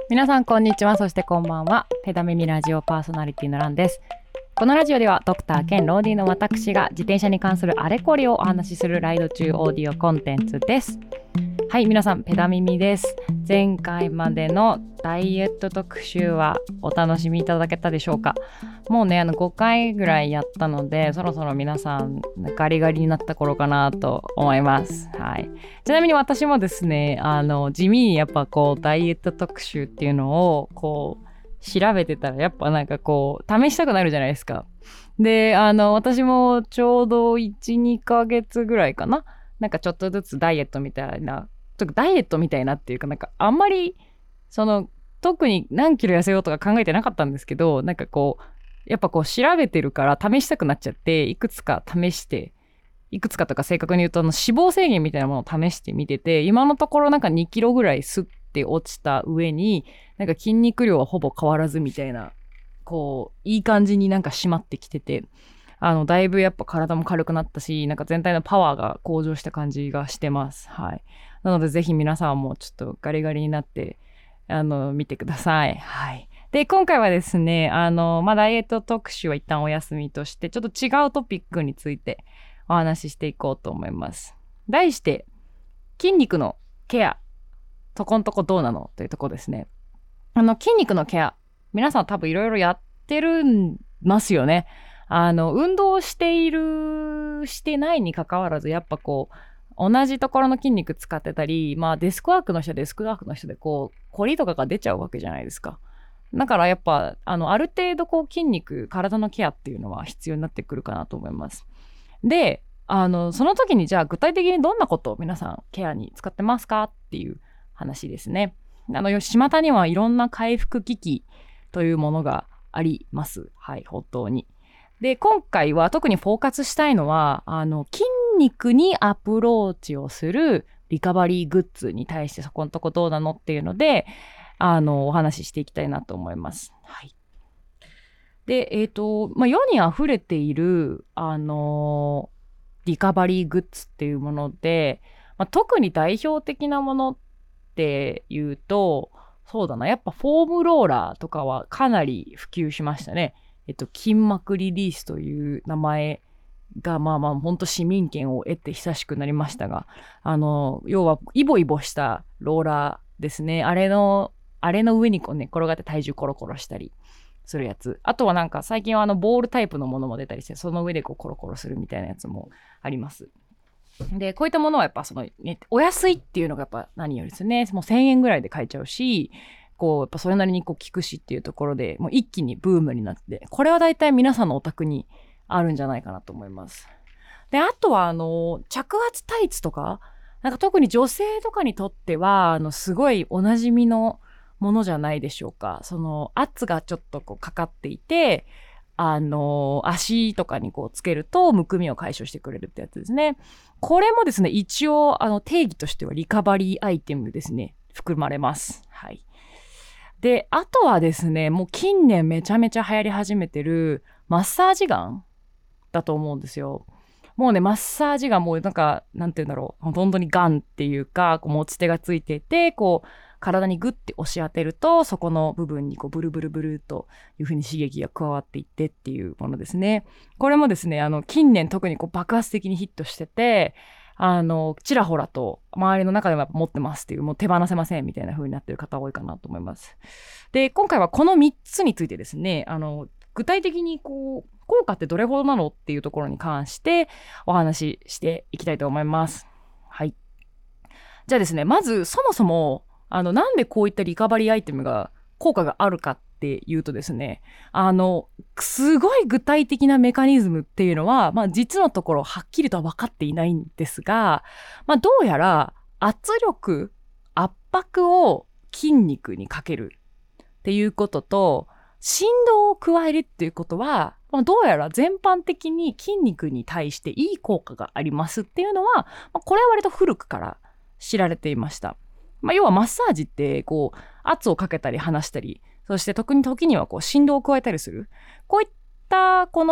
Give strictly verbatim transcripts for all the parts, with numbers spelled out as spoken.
皆さんこんにちは、そしてこんばんは。ペダミミラジオパーソナリティのランです。このラジオではドクター兼ローディーの私が自転車に関するあれこれをお話しするライド中オーディオコンテンツです。はい、皆さんペダミミです。前回までのダイエット特集はお楽しみいただけたでしょうか。もうねあのごかいぐらいやったので、そろそろ皆さんガリガリになった頃かなと思います。はい、ちなみに私もですねあの地味にやっぱこうダイエット特集っていうのをこう調べてたらやっぱなんかこう試したくなるじゃないですか。であの私もちょうど いち,に ヶ月ぐらいかな、なんかちょっとずつダイエットみたいな、ちょっとダイエットみたいなっていうか、なんかあんまりその特に何キロ痩せようとか考えてなかったんですけど、なんかこうやっぱこう調べてるから試したくなっちゃって、いくつか試していくつかとか正確に言うとあの脂肪制限みたいなものを試してみてて、今のところなんかにキロぐらいスッて落ちた上になんか筋肉量はほぼ変わらずみたいな、こういい感じになんか締まってきてて、あのだいぶやっぱ体も軽くなったし、なんか全体のパワーが向上した感じがしてます。はい、なのでぜひ皆さんもちょっとガリガリになってあの見てください。はい。で今回はですねあの、まあ、ダイエット特集は一旦お休みとして、ちょっと違うトピックについてお話ししていこうと思います。題して筋肉のケア、そこんとこどうなのというところですね。あの筋肉のケア、皆さん多分いろいろやってるんますよね。あの運動しているしてないに関わらず、やっぱこう同じところの筋肉使ってたり、まあデスクワークの人はデスクワークの人でこうコリとかが出ちゃうわけじゃないですか。だからやっぱあのある程度こう筋肉、体のケアっていうのは必要になってくるかなと思います。であのその時にじゃあ具体的にどんなことを皆さんケアに使ってますかっていう話ですね。あの巷にはいろんな回復機器というものがあります。はい、本当に。で今回は特にフォーカスしたいのはあの筋肉にアプローチをするリカバリーグッズに対して、そこのとこどうなのっていうのであのお話ししていきたいなと思います。はい。でえっ、ー、と、まあ、世にあふれているあのリカバリーグッズっていうもので、まあ、特に代表的なものっていうと、そうだな、やっぱフォームローラーとかはかなり普及しましたね。えっと筋膜リリースという名前がまあまあ本当市民権を得て久しくなりましたが、あの要はイボイボしたローラーですね。あれのあれの上にこうね転がって体重コロコロしたりするやつ。あとはなんか最近はあのボールタイプのものも出たりして、その上でこうコロコロするみたいなやつもあります。でこういったものはやっぱその、ね、お安いっていうのがやっぱ何よりですね。もうせんえんぐらいで買えちゃうし、こうやっぱそれなりにこう効くしっていうところでもう一気にブームになって、これは大体皆さんのお宅にあるんじゃないかなと思います。であとはあの着圧タイツとか、なんか特に女性とかにとってはあのすごいおなじみのものじゃないでしょうか。その圧がちょっとこうかかっていて、あの足とかにこうつけるとむくみを解消してくれるってやつですね。これもですね一応あの定義としてはリカバリーアイテムですね、含まれます。はい。であとはですね、もう近年めちゃめちゃ流行り始めてるマッサージガンだと思うんですよ。もうねマッサージガンもうなんかなんて言うんだろう、本当にガンっていうか、こう持ち手がついていて、こう体にグッて押し当てるとそこの部分にこうブルブルブルという風に刺激が加わっていってっていうものですね。これもですねあの近年特にこう爆発的にヒットしてて、あのちらほらと周りの中でもやっぱ持ってますっていう、もう手放せませんみたいな風になってる方多いかなと思います。で今回はこのみっつについてですね、あの具体的にこう効果ってどれほどなのっていうところに関してお話ししていきたいと思います。はい。じゃあですね、まずそもそもあのなんでこういったリカバリーアイテムが効果があるかっていうとですね、あのすごい具体的なメカニズムっていうのは、まあ、実のところはっきりとは分かっていないんですが、まあ、どうやら圧力圧迫を筋肉にかけるっていうことと振動を加えるっていうことは、まあ、どうやら全般的に筋肉に対していい効果がありますっていうのは、まあ、これは割と古くから知られていました。まあ、要はマッサージってこう圧をかけたり離したり、そして特に時にはこう振動を加えたりする、こういったこの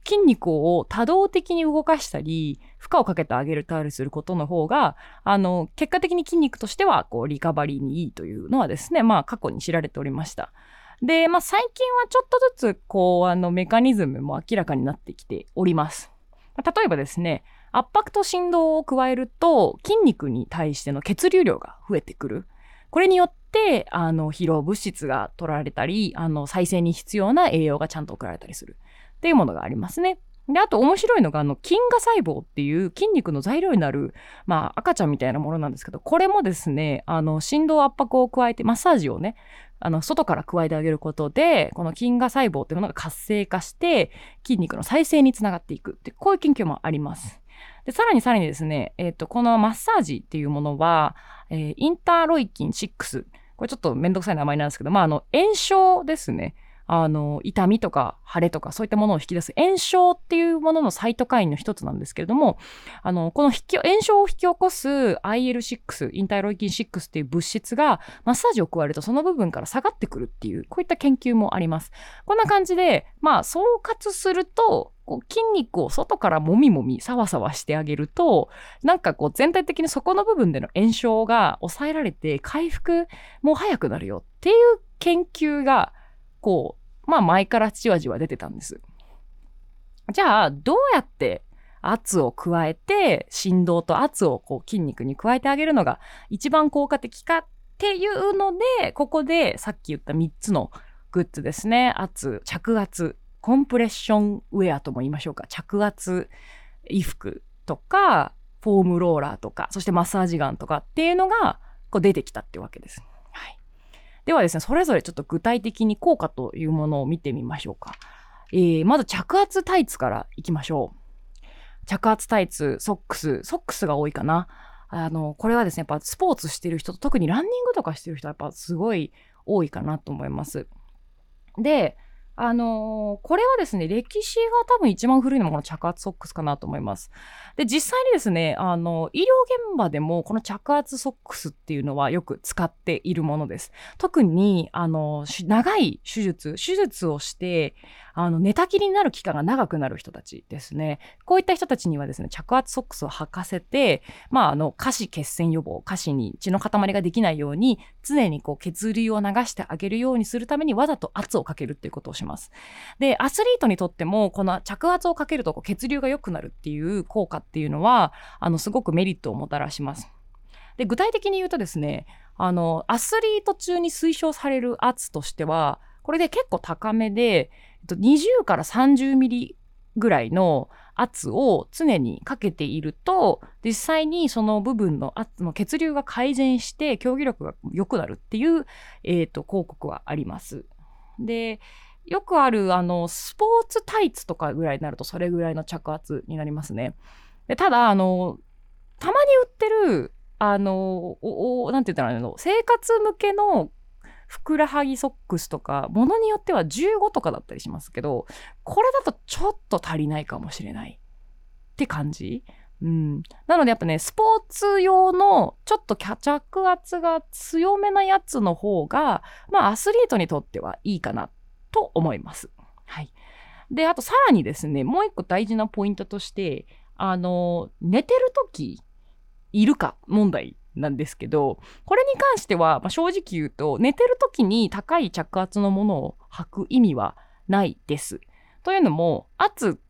筋肉を多動的に動かしたり負荷をかけてあげたりすることの方があの結果的に筋肉としてはこうリカバリーにいいというのはですね、まあ過去に知られておりました。で、まあ、最近はちょっとずつこうあのメカニズムも明らかになってきております。例えばですね、圧迫と振動を加えると筋肉に対しての血流量が増えてくる。これによってあの疲労物質が取られたり、あの再生に必要な栄養がちゃんと送られたりするっていうものがありますね。で、あと面白いのがあの筋芽細胞っていう筋肉の材料になる、まあ、赤ちゃんみたいなものなんですけど、これもですね、あの振動圧迫を加えてマッサージをね、あの外から加えてあげることでこの筋芽細胞っていうものが活性化して筋肉の再生につながっていくって、こういう研究もあります。で、さらにさらにですね、えーと、このマッサージっていうものは、えー、インターロイキンシックス、これちょっとめんどくさい名前なんですけど、まあ、あの炎症ですね、あの痛みとか腫れとかそういったものを引き出す炎症っていうもののサイトカインの一つなんですけれども、あのこの引き炎症を引き起こす アイエルシックス インターロイキンシックスっていう物質がマッサージを加えるとその部分から下がってくるっていう、こういった研究もあります。こんな感じで、まあ総括すると、こう筋肉を外からもみもみサワサワしてあげると、なんかこう全体的にそこの部分での炎症が抑えられて回復も早くなるよっていう研究がこう、まあ前からじわじわ出てたんです。じゃあ、どうやって圧を加えて、振動と圧をこう筋肉に加えてあげるのが一番効果的かっていうので、ここでさっき言ったみっつのグッズですね。圧、着圧、コンプレッションウェアとも言いましょうか。着圧衣服とか、フォームローラーとか、そしてマッサージガンとかっていうのがこう出てきたってわけです。はい。ではですね、それぞれちょっと具体的に効果というものを見てみましょうか。えー、まず着圧タイツからいきましょう。着圧タイツ、ソックス、ソックスが多いかな。あの、これはですね、やっぱスポーツしてる人と、特にランニングとかしてる人はやっぱすごい多いかなと思います。で、あのー、これはですね、歴史が多分一番古いのもこの着圧ソックスかなと思います。で、実際にですね、あの、医療現場でもこの着圧ソックスっていうのはよく使っているものです。特に、あの、長い手術、手術をして、あの、寝たきりになる期間が長くなる人たちですね。こういった人たちにはですね、着圧ソックスを履かせて、まあ、あの、下肢血栓予防、下肢に血の塊ができないように、常にこう血流を流してあげるようにするためにわざと圧をかけるっていうことをします。で、アスリートにとっても、この着圧をかけるとこう血流が良くなるっていう効果っていうのは、あの、すごくメリットをもたらします。で、具体的に言うとですね、あの、アスリート中に推奨される圧としては、これで結構高めで、にじゅうからさんじゅうミリぐらいの圧を常にかけていると、実際にその部分の圧の血流が改善して競技力が良くなるっていう、えーと、広告はあります。で、よくあるあのスポーツタイツとかぐらいになるとそれぐらいの着圧になりますね。で、ただあのたまに売ってるあのおおなんて言ったらいいの、生活向けのふくらはぎソックスとかものによってはじゅうごとかだったりしますけど、これだとちょっと足りないかもしれないって感じ。うん、なのでやっぱね、スポーツ用のちょっと着圧が強めなやつの方が、まあアスリートにとってはいいかなと思います。はい。で、あとさらにですね、もう一個大事なポイントとして、あの、寝てるときいるか問題なんですけど、これに関しては、まあ、正直言うと、寝てるときに高い着圧のものを履く意味はないです。というのも、圧って、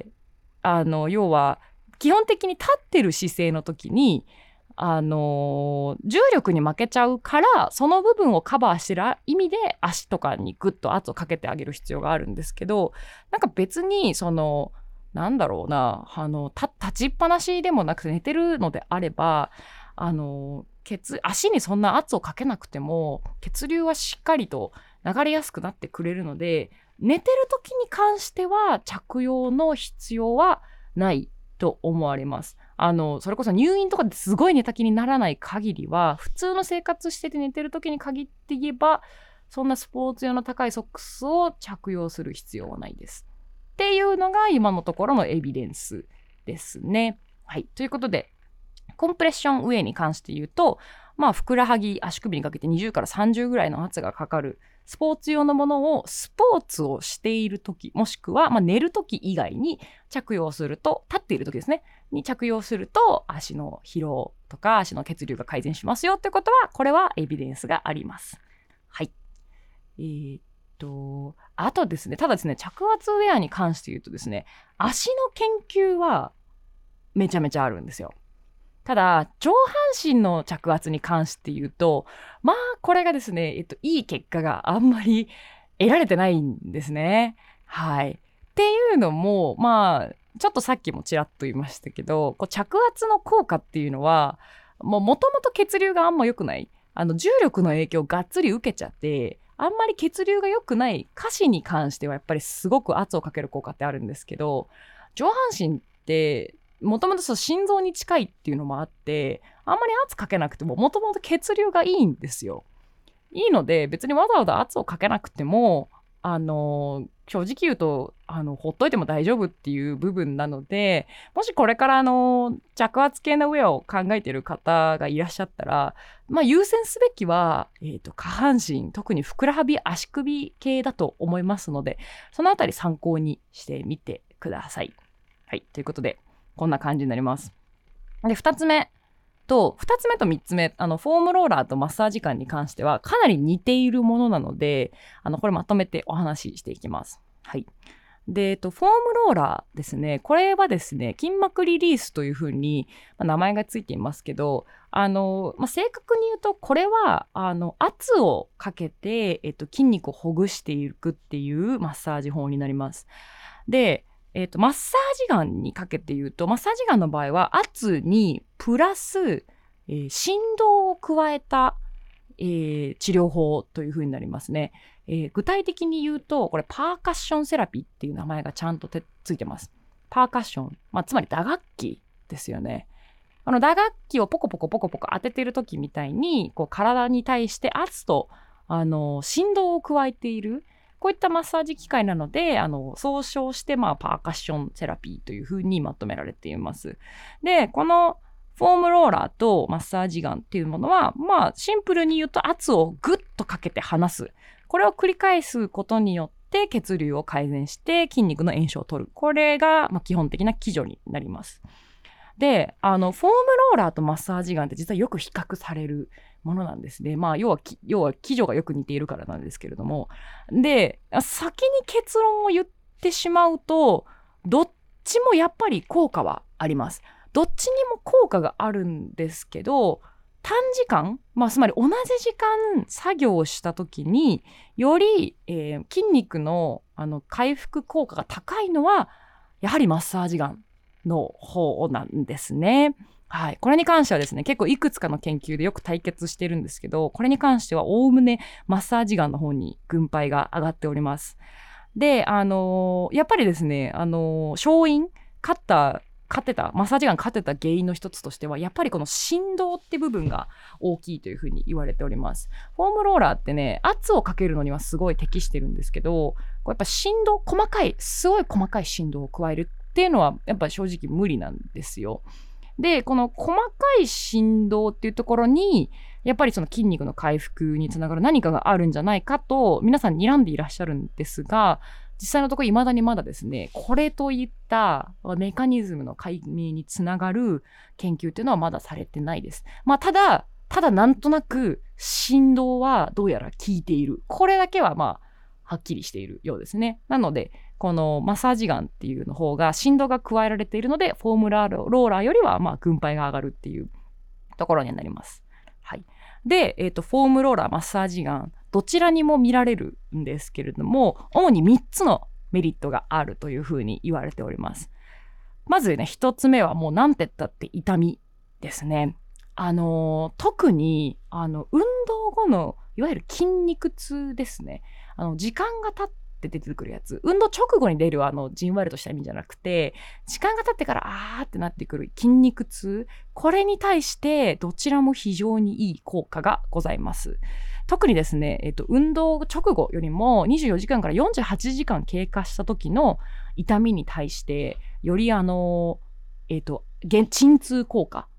あの、要は、基本的に立ってる姿勢の時に、あのー、重力に負けちゃうからその部分をカバーしてる意味で足とかにグッと圧をかけてあげる必要があるんですけど、なんか別にそのなんだろうな、あの立ちっぱなしでもなくて寝てるのであれば、あの血足にそんな圧をかけなくても血流はしっかりと流れやすくなってくれるので、寝てる時に関しては着用の必要はないと思われます。あのそれこそ入院とかですごい寝たきりにならない限りは、普通の生活してて寝てる時に限って言えば、そんなスポーツ用の高いソックスを着用する必要はないですっていうのが今のところのエビデンスですね。はい、ということでコンプレッションウェイに関して言うと、 まあふくらはぎ足首にかけてにじゅうからさんじゅうぐらいの圧がかかるスポーツ用のものをスポーツをしている時もしくはまあ寝る時以外に着用すると、立っている時ですねに着用すると足の疲労とか足の血流が改善しますよってことは、これはエビデンスがあります。はい。えー、っとあとですね、ただですね、着圧ウェアに関して言うとですね、足の研究はめちゃめちゃあるんですよ。ただ上半身の着圧に関して言うと、まあこれがですね、えっと、いい結果があんまり得られてないんですね。はい。っていうのも、まあちょっとさっきもちらっと言いましたけど、こう着圧の効果っていうのはもともと血流があんま良くない、あの重力の影響をがっつり受けちゃって、あんまり血流が良くない下肢に関してはやっぱりすごく圧をかける効果ってあるんですけど、上半身ってもともと心臓に近いっていうのもあって、あんまり圧かけなくてももともと血流がいいんですよ。いいので別にわざわざ圧をかけなくても、あの正直言うとあのほっといても大丈夫っていう部分なので、もしこれからあの着圧系のウェアを考えている方がいらっしゃったら、まあ、優先すべきは、えーと、下半身、特にふくらはぎ足首系だと思いますので、そのあたり参考にしてみてください。はい、ということでこんな感じになります。で、ふたつめと、ふたつめとみっつめ、あの、フォームローラーとマッサージ感に関してはかなり似ているものなので、あの、これまとめてお話ししていきます。はい。で、えっと、フォームローラーですね。これはですね、筋膜リリースというふうに、まあ、名前がついていますけど、あの、まあ、正確に言うと、これは、あの、圧をかけて、えっと、筋肉をほぐしていくっていうマッサージ法になります。で、えっと、マッサージガンにかけて言うと、マッサージガンの場合は圧にプラス、えー、振動を加えた、えー、治療法という風になりますね。えー、具体的に言うと、これパーカッションセラピーっていう名前がちゃんとてついてます。パーカッション、まあ、つまり打楽器ですよね。あの打楽器をポコポコポコポコ当ててる時みたいに、こう体に対して圧とあの振動を加えている。こういったマッサージ機械なので、あの総称して、まあ、パーカッションセラピーというふうにまとめられています。で、このフォームローラーとマッサージガンっていうものは、まあ、シンプルに言うと圧をグッとかけて離す。これを繰り返すことによって血流を改善して筋肉の炎症を取る。これが、まあ、基本的な基準になります。で、あの、フォームローラーとマッサージガンって実はよく比較されるものなんですね。まあ、要は、要は、基準がよく似ているからなんですけれども。で、先に結論を言ってしまうと、どっちもやっぱり効果はあります。どっちにも効果があるんですけど、短時間、まあ、つまり同じ時間作業をした時に、より、えー、筋肉の、あの回復効果が高いのは、やはりマッサージガンの方なんですね。はい。これに関してはですね、結構いくつかの研究でよく対決してるんですけど、これに関してはおおむねマッサージガンの方に軍配が上がっております。で、あのー、やっぱりですね、あのー、勝因、勝った、勝ってた、マッサージガン勝ってた原因の一つとしては、やっぱりこの振動って部分が大きいというふうに言われております。フォームローラーってね、圧をかけるのにはすごい適してるんですけど、こうやっぱ振動、細かい、すごい細かい振動を加えるっていうのはやっぱ正直無理なんですよ。で、この細かい振動っていうところにやっぱりその筋肉の回復につながる何かがあるんじゃないかと皆さん睨んでいらっしゃるんですが、実際のところ未だにまだですね、これといったメカニズムの解明につながる研究っていうのはまだされてないです。まあただただなんとなく振動はどうやら効いている、これだけはまあはっきりしているようですね。なのでこのマッサージガンっていうの方が振動が加えられているので、フォームラーローラーよりはまあ軍配が上がるっていうところになります。はい。で、えっと、フォームローラー、マッサージガン、どちらにも見られるんですけれども、主にみっつのメリットがあるというふうに言われております。まずね、ひとつめはもうなんて言ったって痛みですね。あのー、特にあの運動後のいわゆる筋肉痛ですね。あの時間が経って出てくるやつ、運動直後に出るあのじんわりとした意味じゃなくて、時間が経ってからあーってなってくる筋肉痛、これに対してどちらも非常にいい効果がございます。特にですね、えっと、運動直後よりもにじゅうよじかんからよんじゅうはちじかん経過した時の痛みに対してよりあの、えっと、鎮痛効果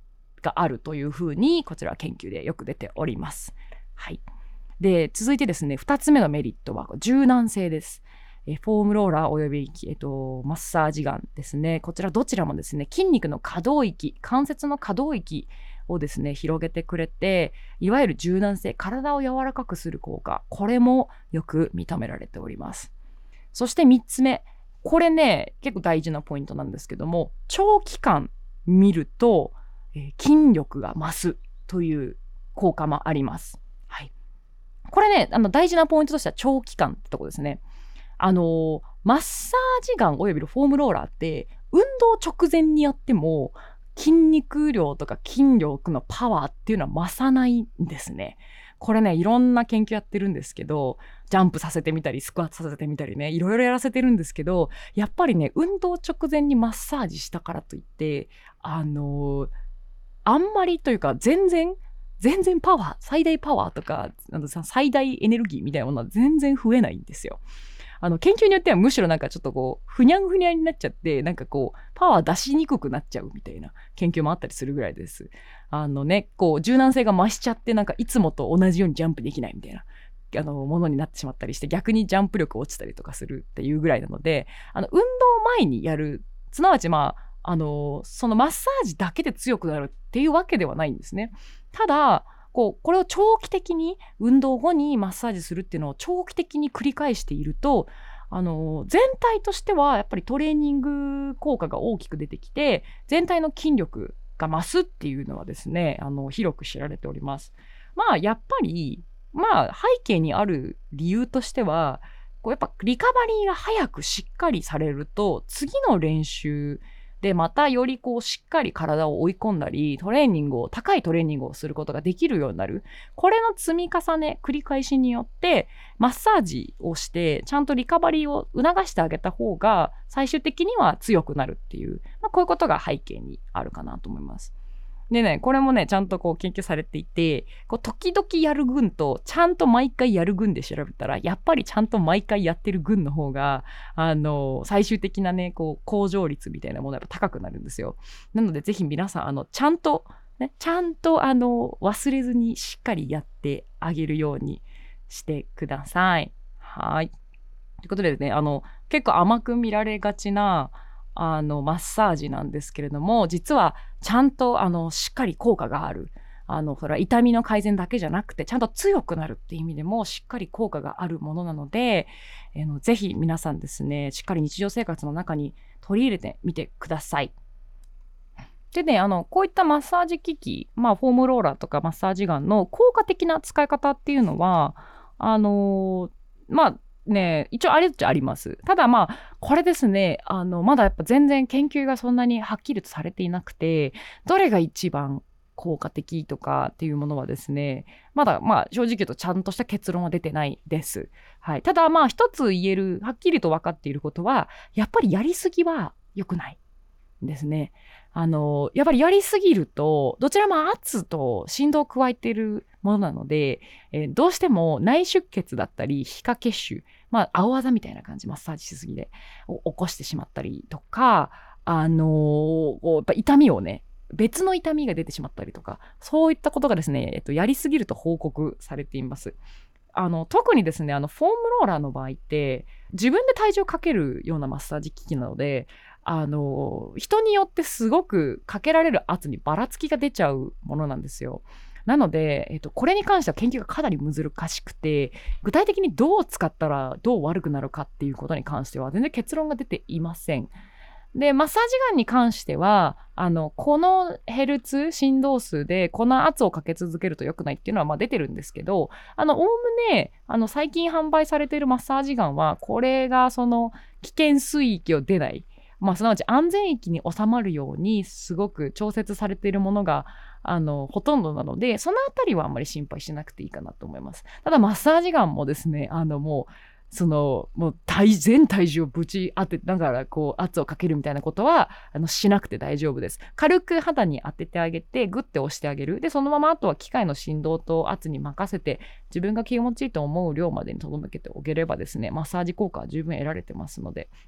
があるというふうにこちらは研究でよく出ております。はい。で、続いてですね、ふたつめのメリットは柔軟性です。えフォームローラーおよび、えっと、マッサージガンですね。こちらどちらもですね、筋肉の可動域、関節の可動域をですね、広げてくれて、いわゆる柔軟性、体を柔らかくする効果、これもよく認められております。そしてみっつめ、これね、結構大事なポイントなんですけども、長期間見ると、えー、筋力が増すという効果もあります。はい。これね、あの大事なポイントとしては長期間ってとこですね。あのマッサージガンおよびフォームローラーって運動直前にやっても筋肉量とか筋力のパワーっていうのは増さないんですね。これね、いろんな研究やってるんですけど、ジャンプさせてみたりスクワットさせてみたりね、いろいろやらせてるんですけど、やっぱりね、運動直前にマッサージしたからといってあのあんまりというか全然全然パワー最大パワーとかあの最大エネルギーみたいなものは全然増えないんですよ。あの研究によってはむしろなんかちょっとこうふにゃんふにゃんになっちゃって、なんかこうパワー出しにくくなっちゃうみたいな研究もあったりするぐらいです。あのね、こう柔軟性が増しちゃって、なんかいつもと同じようにジャンプできないみたいなあのものになってしまったりして、逆にジャンプ力落ちたりとかするっていうぐらいなので、あの運動前にやる、すなわちまああのそのマッサージだけで強くなるっていうわけではないんですね。ただこうこれを長期的に運動後にマッサージするっていうのを長期的に繰り返していると、あの全体としてはやっぱりトレーニング効果が大きく出てきて、全体の筋力が増すっていうのはですね、あの広く知られております。まあやっぱりまあ背景にある理由としては、こうやっぱリカバリーが早くしっかりされると、次の練習でまたよりこうしっかり体を追い込んだり、トレーニングを高いトレーニングをすることができるようになる。これの積み重ね繰り返しによってマッサージをしてちゃんとリカバリーを促してあげた方が最終的には強くなるっていう、まあ、こういうことが背景にあるかなと思います。でね、これもねちゃんとこう研究されていて、こう時々やる群とちゃんと毎回やる群で調べたら、やっぱりちゃんと毎回やってる群の方があの最終的なねこう向上率みたいなものが高くなるんですよ。なのでぜひ皆さんあのちゃんとねちゃんとあの忘れずにしっかりやってあげるようにしてください。はい。ということでね、あの結構甘く見られがちなあのマッサージなんですけれども、実はちゃんとあのしっかり効果がある、あのそれは痛みの改善だけじゃなくてちゃんと強くなるっていう意味でもしっかり効果があるものなので、えのぜひ皆さんですね、しっかり日常生活の中に取り入れてみてください。でね、あのこういったマッサージ機器、まあ、フォームローラーとかマッサージガンの効果的な使い方っていうのはあのー、まあね、一応ありっちゃあります。ただまあこれですね、あのまだやっぱ全然研究がそんなにはっきりとされていなくて、どれが一番効果的とかっていうものはですね、まだまあ正直言うとちゃんとした結論は出てないです。はい、ただまあ一つ言えるはっきりと分かっていることは、やっぱりやりすぎは良くないですね。あのやっぱりやりすぎるとどちらも圧と振動を加えているものなので、えー、どうしても内出血だったり皮下血腫、まあ青あざみたいな感じ、マッサージしすぎで起こしてしまったりとか、あのー、やっぱ痛みをね別の痛みが出てしまったりとか、そういったことがですね、えっと、やりすぎると報告されています。あの特にですね、あのフォームローラーの場合って自分で体重をかけるようなマッサージ機器なので、あの人によってすごくかけられる圧にばらつきが出ちゃうものなんですよ。なので、えっと、これに関しては研究がかなり難しくて、具体的にどう使ったらどう悪くなるかっていうことに関しては全然結論が出ていません。でマッサージガンに関してはあのこのヘルツ振動数でこの圧をかけ続けると良くないっていうのはまあ出てるんですけど、あのおおむねあの最近販売されているマッサージガンはこれがその危険水域を出ない、まあ、すなわち安全域に収まるようにすごく調節されているものがあのほとんどなので、そのあたりはあんまり心配しなくていいかなと思います。ただマッサージガンもですね、あのもうそのもう体全体重をぶち当てながらこう圧をかけるみたいなことはあのしなくて大丈夫です。軽く肌に当ててあげてグッて押してあげる。でそのままあとは機械の振動と圧に任せて自分が気持ちいいと思う量までにとどめておければですね、マッサージ効果は十分得られてますので、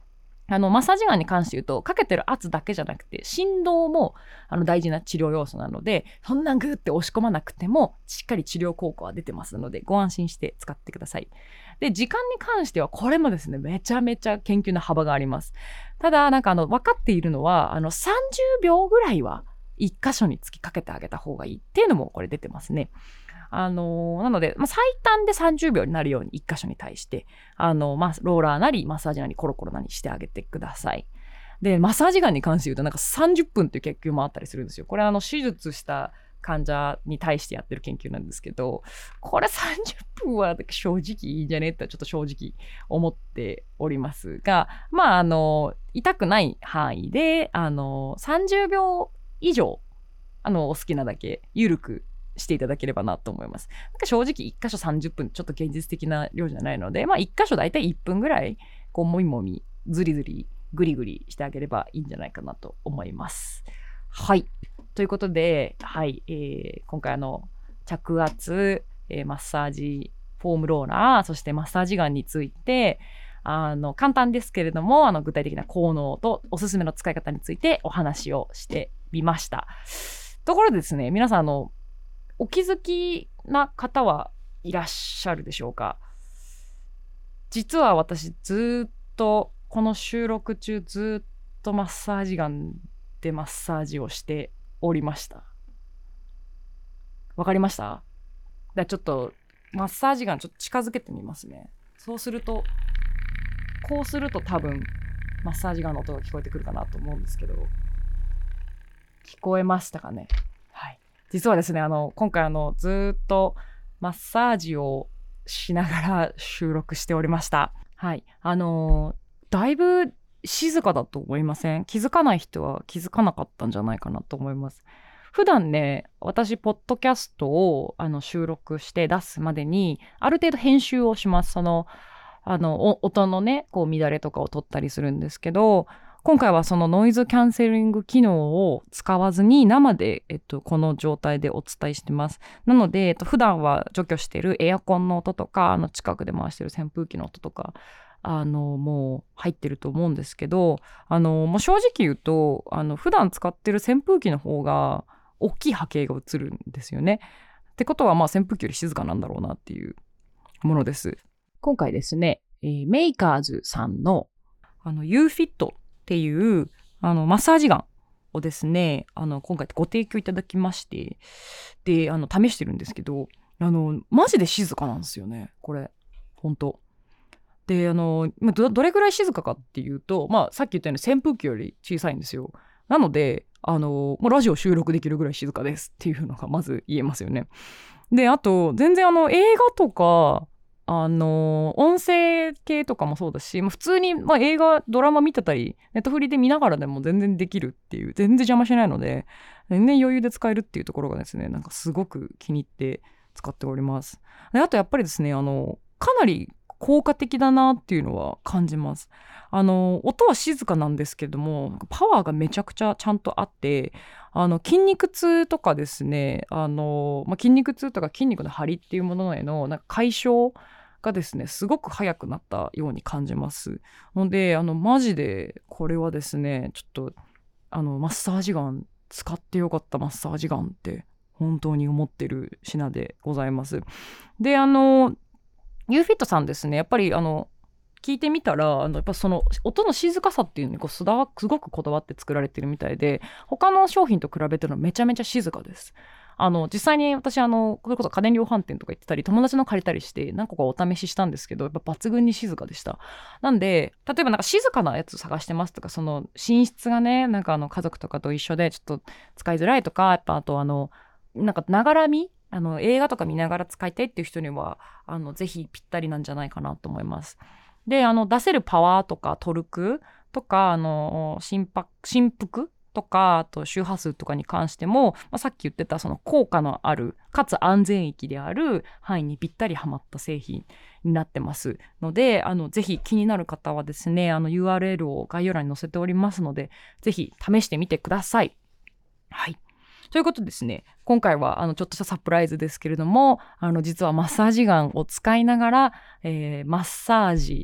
あのマッサージガンに関して言うとかけてる圧だけじゃなくて振動もあの大事な治療要素なので、そんなんグーって押し込まなくてもしっかり治療効果は出てますのでご安心して使ってください。で時間に関してはこれもですねめちゃめちゃ研究の幅があります。ただなんかあの分かっているのはあのさんじゅうびょうぐらいはいっ箇所につきかけてあげた方がいいっていうのもこれ出てますね。あのー、なので、まあ、最短でさんじゅうびょうになるようにいっ箇所に対して、あのーまあ、ローラーなりマッサージなりコロコロなりしてあげてください。で、マッサージガンに関して言うとなんかさんじゅっぷんっていう研究もあったりするんですよ。これはあの手術した患者に対してやってる研究なんですけど、これさんじゅっぷんは正直いいんじゃねってちょっと正直思っておりますが、まああの痛くない範囲であのさんじゅうびょう以上あのお好きなだけ緩くしていただければなと思います。なんか正直いっ箇所さんじゅっぷんちょっと現実的な量じゃないので、まあいっ箇所だいたいいっぷんぐらいこうもみもみずりずりぐりぐりしてあげればいいんじゃないかなと思います。はい、ということで、はいえー、今回あの着圧、えー、マッサージフォームローラー、そしてマッサージガンについてあの簡単ですけれどもあの具体的な効能とおすすめの使い方についてお話をしてみました。ところでですね、皆さんあのお気づきな方はいらっしゃるでしょうか。実は私ずっとこの収録中ずっとマッサージガンでマッサージをしておりました。わかりました？ではちょっとマッサージガンちょっと近づけてみますね。そうするとこうすると多分マッサージガンの音が聞こえてくるかなと思うんですけど、聞こえましたかね？はい。実はですね、あの今回あのずっとマッサージをしながら収録しておりました。はい。あのだいぶ静かだと思いません？気づかない人は気づかなかったんじゃないかなと思います。普段ね、私ポッドキャストをあの収録して出すまでにある程度編集をします。そのあの音のねこう乱れとかを取ったりするんですけど、今回はそのノイズキャンセリング機能を使わずに生で、えっと、この状態でお伝えしてます。なので、えっと、普段は除去しているエアコンの音とかあの近くで回している扇風機の音とかあのもう入ってると思うんですけど、あのもう正直言うとあの普段使ってる扇風機の方が大きい波形が映るんですよね。ってことはまあ扇風機より静かなんだろうなっていうものです。今回ですね、えー、メーカーズさんのあの ユーフィットっていうあのマッサージガンをですねあの今回ご提供いただきまして、であの試してるんですけど、あのマジで静かなんですよねこれ本当で。あの ど, どれぐらい静かかっていうと、まあ、さっき言ったように扇風機より小さいんですよ。なのであのもうラジオ収録できるぐらい静かですっていうのがまず言えますよね。であと全然あの映画とかあの音声系とかもそうだし、まあ、普通に、まあ、映画ドラマ見てたりネットフリで見ながらでも全然できるっていう、全然邪魔しないので全然余裕で使えるっていうところがですねなんかすごく気に入って使っております。であとやっぱりですねあのかなり効果的だなっていうのは感じます。あの音は静かなんですけどもパワーがめちゃくちゃちゃんとあって、あの筋肉痛とかですねあの、まあ、筋肉痛とか筋肉の張りっていうものへのなんか解消がですねすごく早くなったように感じますので、あのマジでこれはですねちょっとあのマッサージガン使ってよかったマッサージガンって本当に思ってる品でございます。であのユーフィットさんですねやっぱりあの聞いてみたらあのやっぱその音の静かさっていうのにこうすだすごくこだわって作られてるみたいで、他の商品と比べてるのめちゃめちゃ静かです。あの実際に私あのそれこそ家電量販店とか行ってたり友達の借りたりして何個かお試ししたんですけど、やっぱ抜群に静かでした。なんで例えばなんか静かなやつ探してますとか、その寝室がねなんかあの家族とかと一緒でちょっと使いづらいとか、やっぱあとあのなんかながら見あの映画とか見ながら使いたいっていう人にはあのぜひぴったりなんじゃないかなと思います。であの出せるパワーとかトルクとかあの心拍振幅とかあと周波数とかに関しても、まあ、さっき言ってたその効果のあるかつ安全域である範囲にぴったりはまった製品になってますので、あのぜひ気になる方はですねあの ユーアールエル を概要欄に載せておりますのでぜひ試してみてください。はい、ということですね、今回はあのちょっとしたサプライズですけれども、あの実はマッサージガンを使いながら、えー、マッサージ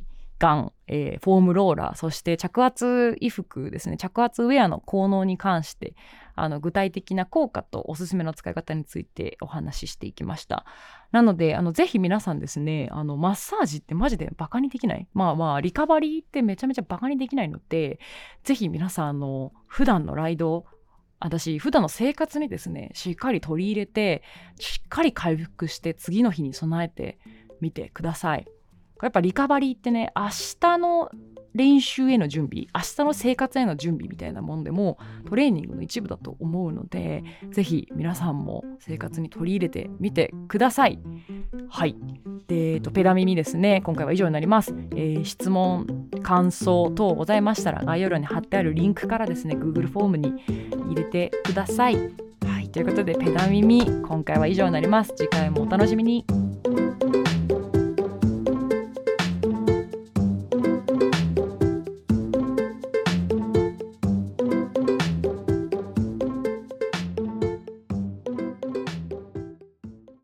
ガン、えー、フォームローラー、そして着圧衣服ですね、着圧ウェアの効能に関してあの具体的な効果とおすすめの使い方についてお話ししていきました。なのであのぜひ皆さんですね、あのマッサージってマジでバカにできない、まあまあリカバリーってめちゃめちゃバカにできないので、ぜひ皆さんあの普段のライド、私普段の生活にですねしっかり取り入れて、しっかり回復して次の日に備えてみてください。やっぱリカバリーってね、明日の練習への準備、明日の生活への準備みたいなもんでもトレーニングの一部だと思うので、ぜひ皆さんも生活に取り入れてみてください。はい。で、えっと、ペダ耳ですね、今回は以上になります。えー、質問、感想等ございましたら概要欄に貼ってあるリンクからですね Google フォームに入れてください。はい。ということでペダ耳、今回は以上になります。次回もお楽しみに。